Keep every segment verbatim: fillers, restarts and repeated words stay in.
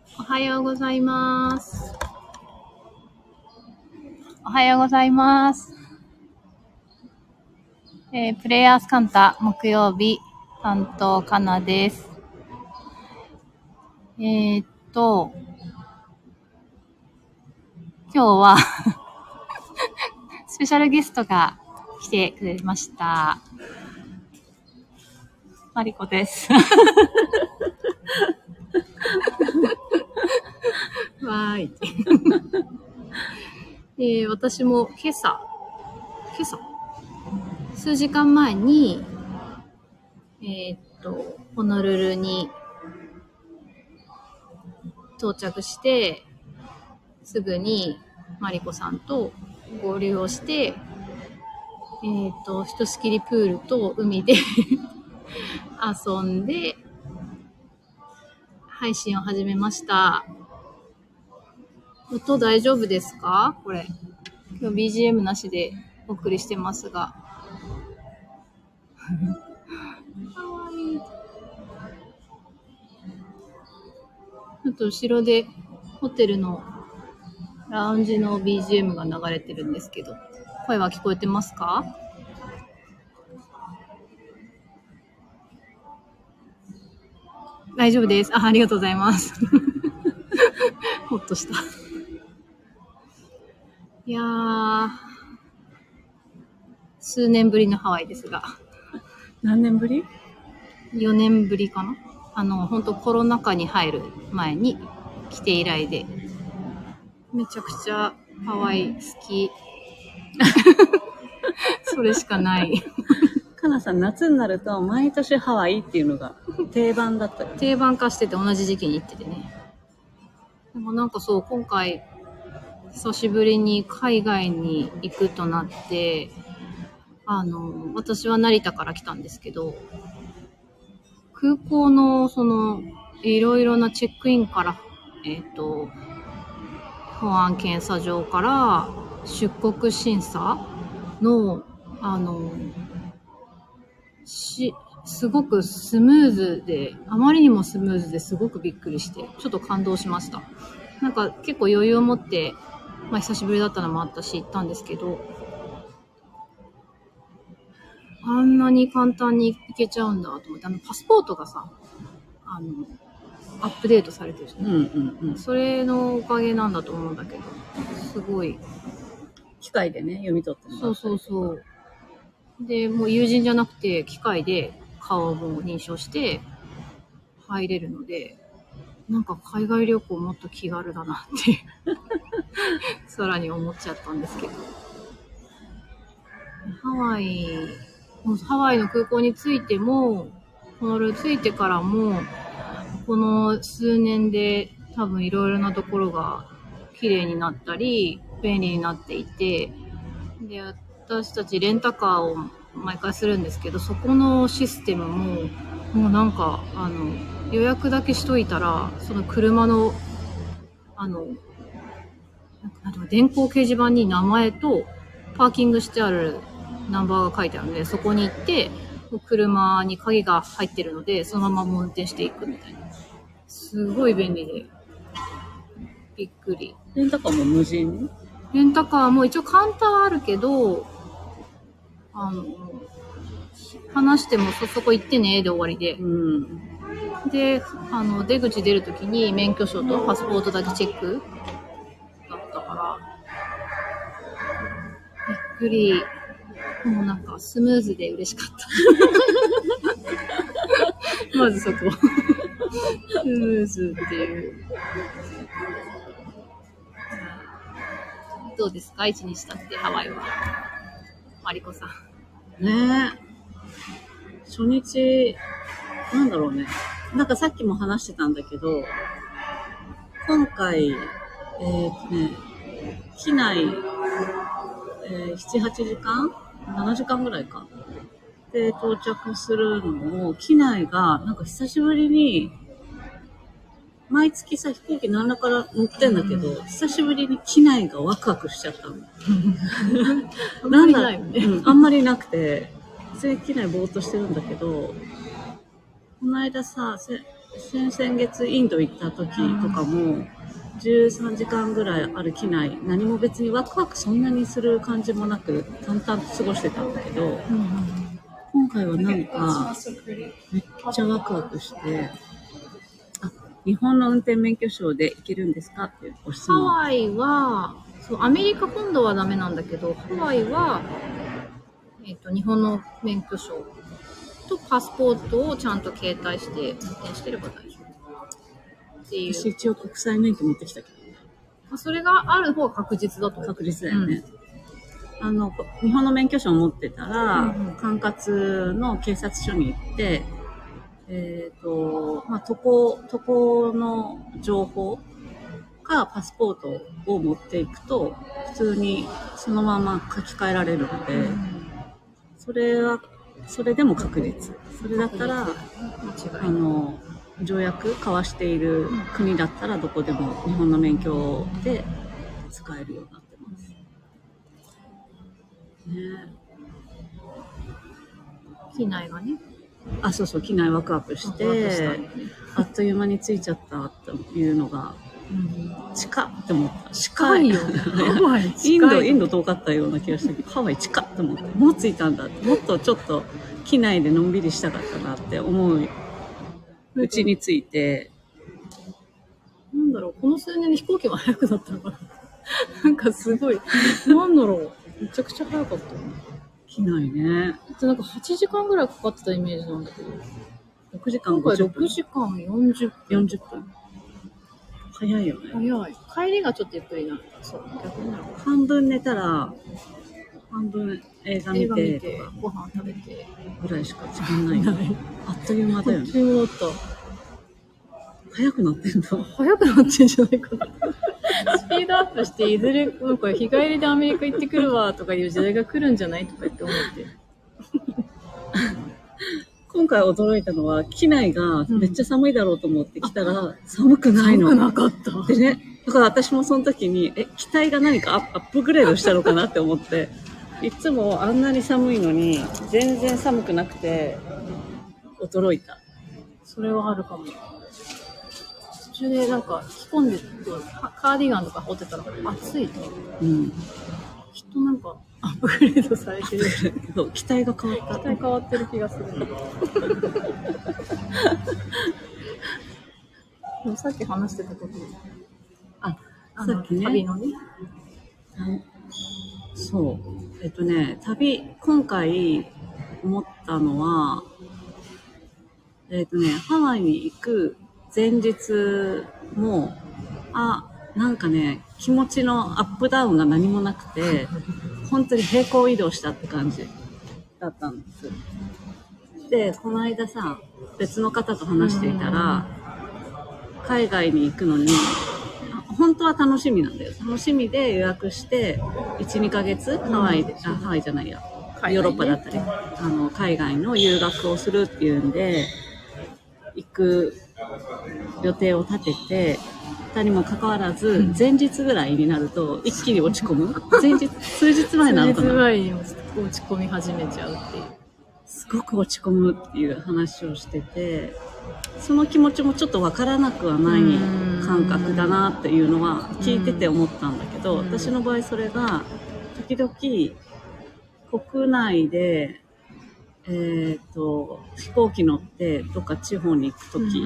おはようございます。おはようございます。えー、プレイヤースカンタ木曜日担当かなです。えー、っと今日はスペシャルゲストが来てくれました。マリコです。わーい。えー、私も今朝、今朝数時間前に、えー、っとホノルルに到着して、すぐにマリコさんと合流をして、えー、っとひとしきりプールと海で遊んで配信を始めました。音大丈夫ですか？これ今日 ビージーエム なしでお送りしてますがかわいい。ちょっと後ろでホテルのラウンジの ビージーエム が流れてるんですけど、声は聞こえてますか？大丈夫です。あ、ありがとうございます。ほっとした。いやー、数年ぶりのハワイですが。 何年ぶり？ よねんぶりかな。あの本当コロナ禍に入る前に来て以来で、めちゃくちゃハワイ好き。それしかない。 かなさん、夏になると毎年ハワイっていうのが定番だったよね。 定番化してて同じ時期に行っててね。でもなんかそう、今回久しぶりに海外に行くとなって、あの私は成田から来たんですけど、空港のそのいろいろなチェックインから、えっと保安検査場から出国審査のあのしすごくスムーズで、あまりにもスムーズですごくびっくりして、ちょっと感動しました。なんか結構余裕を持って、まあ久しぶりだったのもあったし行ったんですけど、あんなに簡単に行けちゃうんだと思って、あのパスポートがさ、あのアップデートされてるじゃん、 うんうんうん、 それのおかげなんだと思うんだけど、すごい機械でね読み取ってもらったりとか。 そうそうそう。でもう友人じゃなくて機械で顔も認証して入れるので、なんか海外旅行もっと気軽だなってさらに思っちゃったんですけど、ハワイハワイの空港に着いても、ホノルル着いてからも、この数年で多分いろいろなところが綺麗になったり便利になっていて、で私たちレンタカーを毎回するんですけど、そこのシステムももうなんかあの予約だけしといたら、その車のあのなんか電光掲示板に名前とパーキングしてあるナンバーが書いてあるので、そこに行って車に鍵が入ってるのでそのまま運転していくみたいな、すごい便利でびっくり。 レンタカーも無人？ レンタカーも一応カウンターはあるけど、あの話してもそそこ行ってねで終わりで、 うん、 であの出口出るときに免許証とパスポートだけチェックだったからびっくり。もうなんかスムーズで嬉しかったまずそこスムーズっていう。どうですか、一日経ってハワイは、マリコさん。 ねえ、初日なんだろうね、なんかさっきも話してたんだけど、今回えーとね機内、えー、なな、はちじかんななじかんぐらいかで到着するのも、機内がなんか久しぶりに、毎月さ飛行機何らから乗ってんだけど、うん、久しぶりに機内がワクワクしちゃったのあんまりないよね、 うん、あんまりなくて、普通に機内ぼーっとしてるんだけど、この間さ先々月インド行った時とかも、じゅうさんじかんぐらい歩きない、何も別にワクワクそんなにする感じもなく、淡々と過ごしてたんだけど、 うんうん、 今回はなんか、めっちゃワクワクして、あ、日本の運転免許証で行けるんですかっていうご質問。 ハワイは、そう、アメリカ本土はダメなんだけど、ハワイは、えっと、日本の免許証とパスポートをちゃんと携帯して運転してれば大丈夫っていう。 私一応国際免許持ってきたけどね。 それがある方が確実だと思う。 確実だよね。うん、あの、日本の免許証を持ってたら、うんうん、管轄の警察署に行って、えっと、まあ、渡航、渡航の情報かパスポートを持っていくと、普通にそのまま書き換えられるので、うん、それは、それでも確実。それだったら、あの、条約交わしている国だったらどこでも日本の免許で使えるようになってます。ね。 機内がね。 あ、そうそう、機内ワクワクして、あっという間に着いちゃったというのが、うん、近っって思った。 近いよね。ハワイ近い。インド、インド遠かったような気がしたけど、ハワイ近っって思って、もう着いたんだって、もっとちょっと機内でのんびりしたかったなって思ううちについて、 なんだろう、この数年で飛行機も早くなったのかな。なんかすごい、なんだろう、めちゃくちゃ早かった。 機内ね。 だってなんかはちじかんぐらいかかってたイメージなんだけど、 ろくじかん、 今回ろくじかんよんじゅっぷん。 よんじゅっぷん。早いよね。 早い。帰りがちょっとゆっくりな。そう、逆になる。 半分寝たら、半分映画見て、 映画見てご飯食べてぐらいしか時間ないよね。あっという間だよね。 あっという間だった。 早くなってんだ。 早くなってんじゃないかな。スピードアップして、いずれ、なんか日帰りでアメリカ行ってくるわとかいう時代が来るんじゃないとか言って思って。 今回驚いたのは、機内がめっちゃ寒いだろうと思って来たら、うん、寒くないの。 寒くなかった。 でね、だから私もその時に、え、機体が何かアップグレードしたのかなって思って、いつもあんなに寒いのに、全然寒くなくて、驚いた。 それはあるかも。途中でなんか着込んでて、カーディガンとか羽織ってたら暑いと。うん。きっとなんかアップグレードされてる。 そう、機体が変わった。 機体変わってる気がする。でもさっき話してたこと。 あ、さっきね。 旅のね。 そう。えっとね、旅、今回思ったのは、えっとね、ハワイに行く前日も、あ、なんかね、気持ちのアップダウンが何もなくて、本当に平行移動したって感じだったんです。で、この間さ、別の方と話していたら、海外に行くのに、本当は楽しみなんだよ。楽しみで予約して、いち、にかげつハワイで、あ、ハワイじゃないや、ヨーロッパだったり、あの、海外の留学をするっていうんで、行く予定を立ててたにもかかわらず、前日ぐらいになると一気に落ち込む。前日、数日前なのかな。 数日前に落ち込み始めちゃうっていう。 すごく落ち込むっていう話をしてて、その気持ちもちょっとわからなくはない感覚だなっていうのは聞いてて思ったんだけど、私の場合それが時々国内でえっと、飛行機乗ってどっか地方に行くとき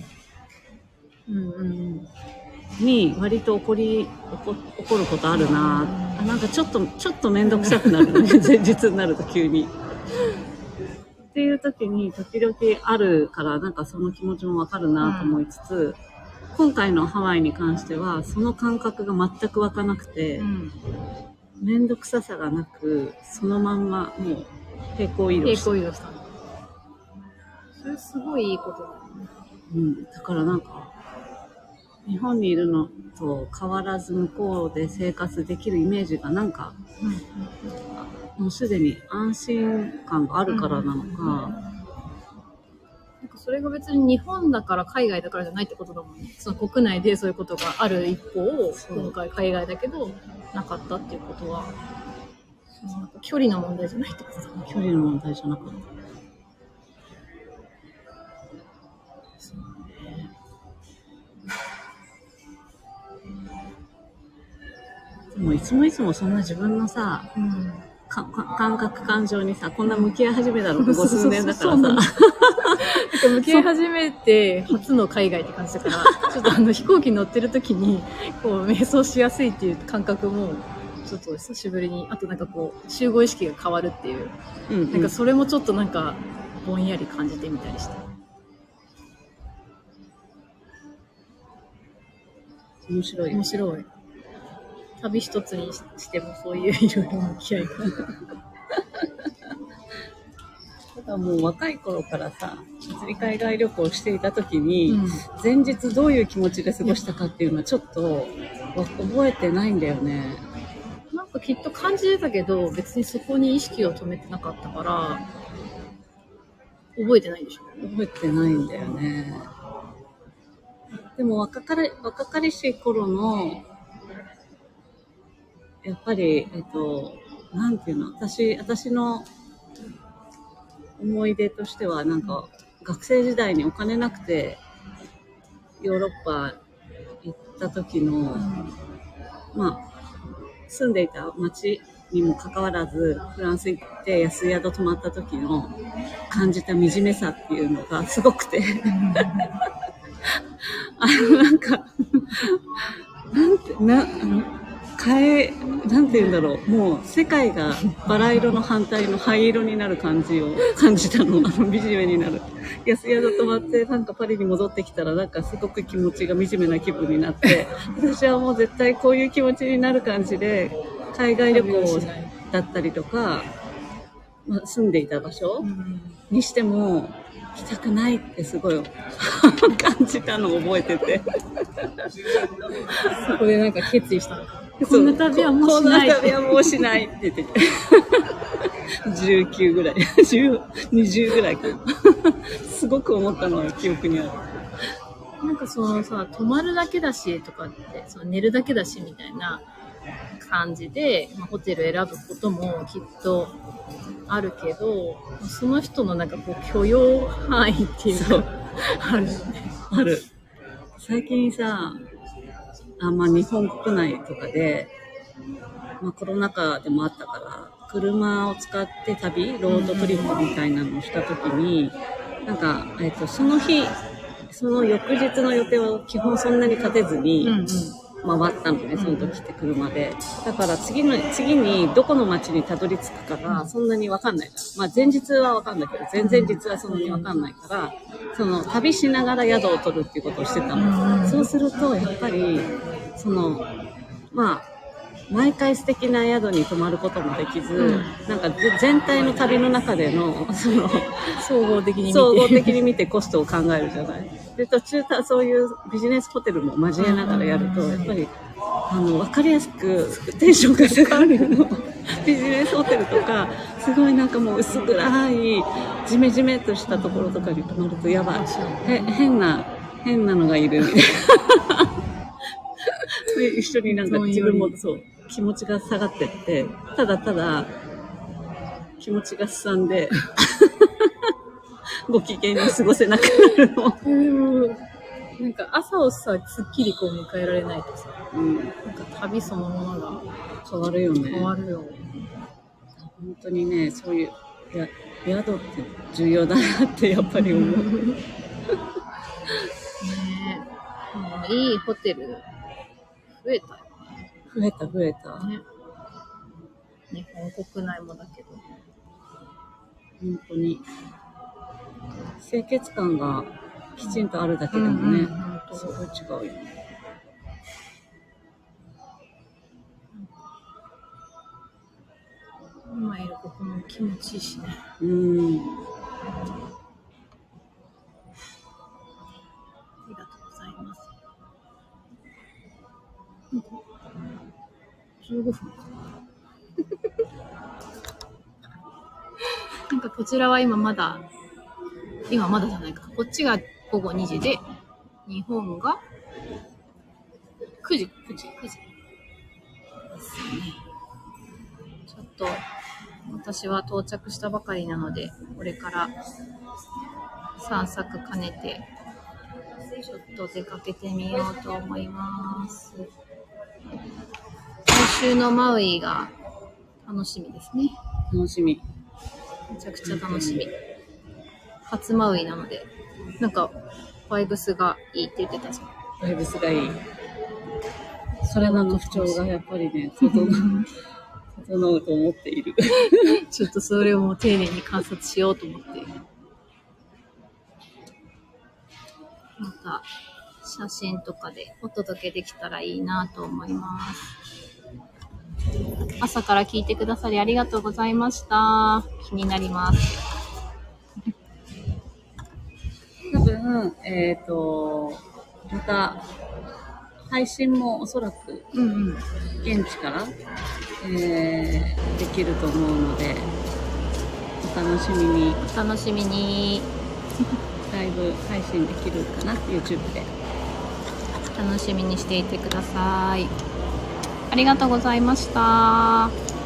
に割と起こり、起こ、起こることあるなぁ。なんかちょっと、ちょっとめんどくさくなるのね。前日になると急に。っていうときに時々あるから、なんかその気持ちもわかるなと思いつつ、今回のハワイに関してはその感覚が全く湧かなくて、うん、めんどくささがなく、そのまんまもう平行移動した。 平行移動した。それすごいいいことだよね。 うん。だからなんか、日本にいるのと変わらず向こうで生活できるイメージがなんか、うん、もうすでに安心感があるからなのか、うん、なんかそれが別に日本だから海外だからじゃないってことだもんね。その国内でそういうことがある一方、今回海外だけどなかったっていうことは、なんか距離の問題じゃないってことだもんね。 距離の問題じゃなかった。 もういつもいつもそんな自分のさ、 うん、 かか感覚感情にさ、こんな向き合い始めたのここ数年だからさ。 なんか向き合い始めて初の海外って感じだから、ちょっとあの飛行機に乗ってる時にこう瞑想しやすいっていう感覚もちょっと久しぶりに、あとなんかこう集合意識が変わるっていう、うんうん、なんかそれもちょっとなんかぼんやり感じてみたりして。 面白い。 面白い。旅一つにしてもそういういろいろ向き合いが。 ただもう若い頃からさ、海外旅行していた時に、うん、前日どういう気持ちで過ごしたかっていうのはちょっと覚えてないんだよね。 なんかきっと感じてたけど、別にそこに意識を止めてなかったから、覚えてないでしょ。 覚えてないんだよね。でも若かり、若かりしい頃の、やっぱり、えっと、なんていうの、私、私の思い出としては、なんか、学生時代にお金なくて、ヨーロッパ行った時の、うん、まあ、住んでいた町にもかかわらず、フランス行って安宿泊まった時の感じた惨めさっていうのがすごくて、あの、なんか、なんて、な、変え、なんて言うんだろう、もう世界がバラ色の反対の灰色になる感じを感じたの、あの惨めになる。安宿泊まってなんかパリに戻ってきたらなんかすごく気持ちが惨めな気分になって、私はもう絶対こういう気持ちになる感じで、海外旅行だったりとか、まあ、住んでいた場所にしても、来たくないってすごい感じたのを覚えててそこでなんか決意したのか。こんな旅はもうしない。 こんな旅はもうしないって言ってじゅうきゅうぐらいにじゅうぐらいかすごく思ったのは記憶にある。 なんかそのさ、泊まるだけだしとかって、その寝るだけだしみたいな感じで、まあ、ホテル選ぶこともきっとあるけど、その人のなんかこう許容範囲っていうのがあるよね。 ある。最近さ、あまあ、日本国内とかで、まあ、コロナ禍でもあったから車を使って旅ロードトリップみたいなのをしたときに、なんか、えっと、その日その翌日の予定を基本そんなに立てずに回ったのね、その時って車で。だから次の次にどこの町にたどり着くかがそんなに分かんないから、まあ、前日は分かんないけど前々日はそんなに分かんないから、その旅しながら宿を取るっていうことをしてたの。そうするとやっぱりそのまあ毎回素敵な宿に泊まることもできず、うん、なんか全体の旅の中でのその総合的に見て総合的に見てコストを考えるじゃない。で途中たそういうビジネスホテルも交えながらやると、やっぱりあの分かりやすくテンションが下がるの。ビジネスホテルとかすごいなんかもう薄暗いジメジメとしたところとかに泊まるとやばい、へ変な変なのがいるみたいな。で一緒になんか自分もそう気持ちが下がってって、ただただ気持ちがすさんでご機嫌に過ごせなくなるの。 うん、なんか朝をさすっきりこう迎えられないとさ、うん、なんか旅そのものが変わるよね。 変わるよ。 本当にね、そういういや宿って重要だなってやっぱり思う。ねえ、いいホテル増えたよね。 増えた増えた。ね、 日本国内もだけど。 本当に清潔感がきちんとあるだけでもね、うん、すごい違うよね。 今いるここも気持ちいいしね。 うん。 ありがとうございます。じゅうごふんかなんかこちらは今まだ今まだじゃないか、こっちがごごにじで日本がくじくじくじですね。ちょっと私は到着したばかりなので、これから散策兼ねてちょっと出かけてみようと思います。よいしょ。 週のマウイが楽しみですね。 楽しみ。 めちゃくちゃ楽しみ。初マウイなので、なんか、バイブスがいいって言ってたじゃん。 バイブスがいい。体の不調がやっぱりね、整う、整うと思っている。 ちょっとそれをもう丁寧に観察しようと思って。また、写真とかでお届けできたらいいなと思います。朝から聞いてくださりありがとうございました。気になります。 多分、えっと、また、配信もおそらく、 うんうん。 現地から、えー、できると思うので、お楽しみに。 お楽しみに。 ライブ配信できるかな、YouTube で。 楽しみにしていてください。ありがとうございました。